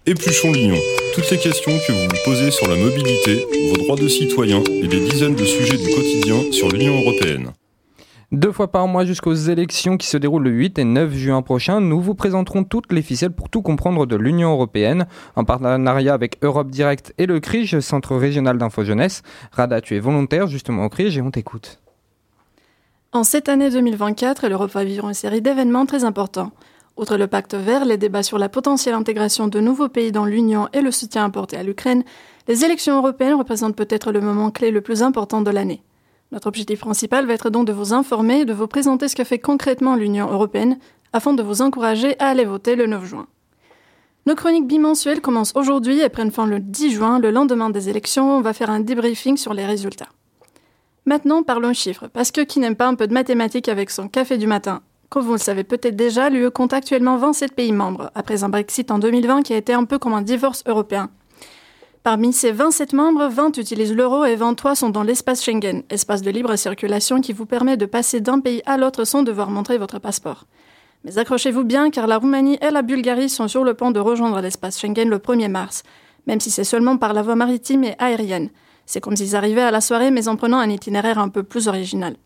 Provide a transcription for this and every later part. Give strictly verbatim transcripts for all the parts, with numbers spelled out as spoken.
Épluchons l'Union. Toutes les questions que vous vous posez sur la mobilité, vos droits de citoyen et des dizaines de sujets du quotidien sur l'Union européenne. Deux fois par mois jusqu'aux élections qui se déroulent le huit et neuf juin prochain, nous vous présenterons toutes les ficelles pour tout comprendre de l'Union européenne, en partenariat avec Europe Direct et le C R I J, Centre Régional d'Info Jeunesse. Rada, tu es volontaire justement au C R I J et on t'écoute. En cette année deux mille vingt-quatre, l'Europe va vivre une série d'événements très importants. Outre le pacte vert, les débats sur la potentielle intégration de nouveaux pays dans l'Union et le soutien apporté à l'Ukraine, les élections européennes représentent peut-être le moment clé le plus important de l'année. Notre objectif principal va être donc de vous informer et de vous présenter ce que fait concrètement l'Union européenne afin de vous encourager à aller voter le neuf juin. Nos chroniques bimensuelles commencent aujourd'hui et prennent fin le dix juin, le lendemain des élections. On va faire un débriefing sur les résultats. Maintenant, parlons chiffres, parce que qui n'aime pas un peu de mathématiques avec son café du matin ? Comme vous le savez peut-être déjà, l'U E compte actuellement vingt-sept pays membres, après un Brexit en deux mille vingt qui a été un peu comme un divorce européen. Parmi ces vingt-sept membres, vingt utilisent l'euro et vingt-trois sont dans l'espace Schengen, espace de libre circulation qui vous permet de passer d'un pays à l'autre sans devoir montrer votre passeport. Mais accrochez-vous bien car la Roumanie et la Bulgarie sont sur le point de rejoindre l'espace Schengen le premier mars, même si c'est seulement par la voie maritime et aérienne. C'est comme s'ils arrivaient à la soirée mais en prenant un itinéraire un peu plus original.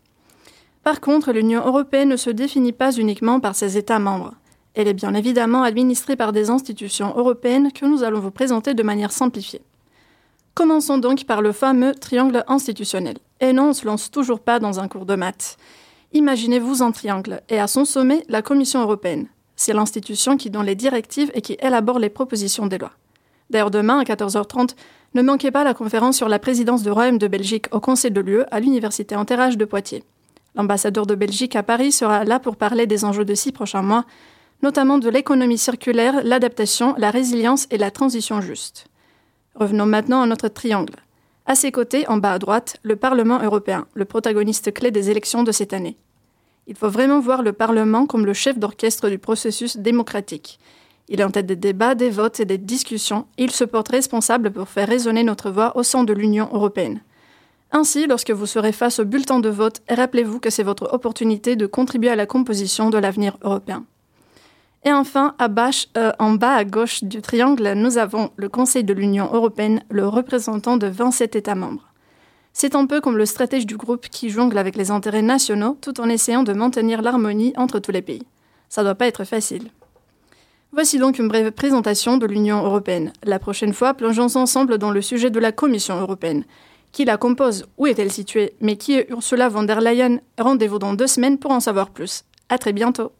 Par contre, l'Union européenne ne se définit pas uniquement par ses États membres. Elle est bien évidemment administrée par des institutions européennes que nous allons vous présenter de manière simplifiée. Commençons donc par le fameux triangle institutionnel. Et non, on ne se lance toujours pas dans un cours de maths. Imaginez-vous un triangle, et à son sommet, la Commission européenne. C'est l'institution qui donne les directives et qui élabore les propositions des lois. D'ailleurs, demain, à quatorze heures trente, ne manquez pas la conférence sur la présidence du Royaume de Belgique au Conseil de l'U E à l'Université Enterrage de Poitiers. L'ambassadeur de Belgique à Paris sera là pour parler des enjeux de six prochains mois, notamment de l'économie circulaire, l'adaptation, la résilience et la transition juste. Revenons maintenant à notre triangle. À ses côtés, en bas à droite, le Parlement européen, le protagoniste clé des élections de cette année. Il faut vraiment voir le Parlement comme le chef d'orchestre du processus démocratique. Il est en tête des débats, des votes et des discussions, et il se porte responsable pour faire résonner notre voix au sein de l'Union européenne. Ainsi, lorsque vous serez face au bulletin de vote, rappelez-vous que c'est votre opportunité de contribuer à la composition de l'avenir européen. Et enfin, à bâche, euh, en bas à gauche du triangle, nous avons le Conseil de l'Union européenne, le représentant de vingt-sept États membres. C'est un peu comme le stratège du groupe qui jongle avec les intérêts nationaux tout en essayant de maintenir l'harmonie entre tous les pays. Ça doit pas être facile. Voici donc une brève présentation de l'Union européenne. La prochaine fois, plongeons ensemble dans le sujet de la Commission européenne. Qui la compose? Où est-elle située? Mais qui est Ursula von der Leyen? Rendez-vous dans deux semaines pour en savoir plus. À très bientôt.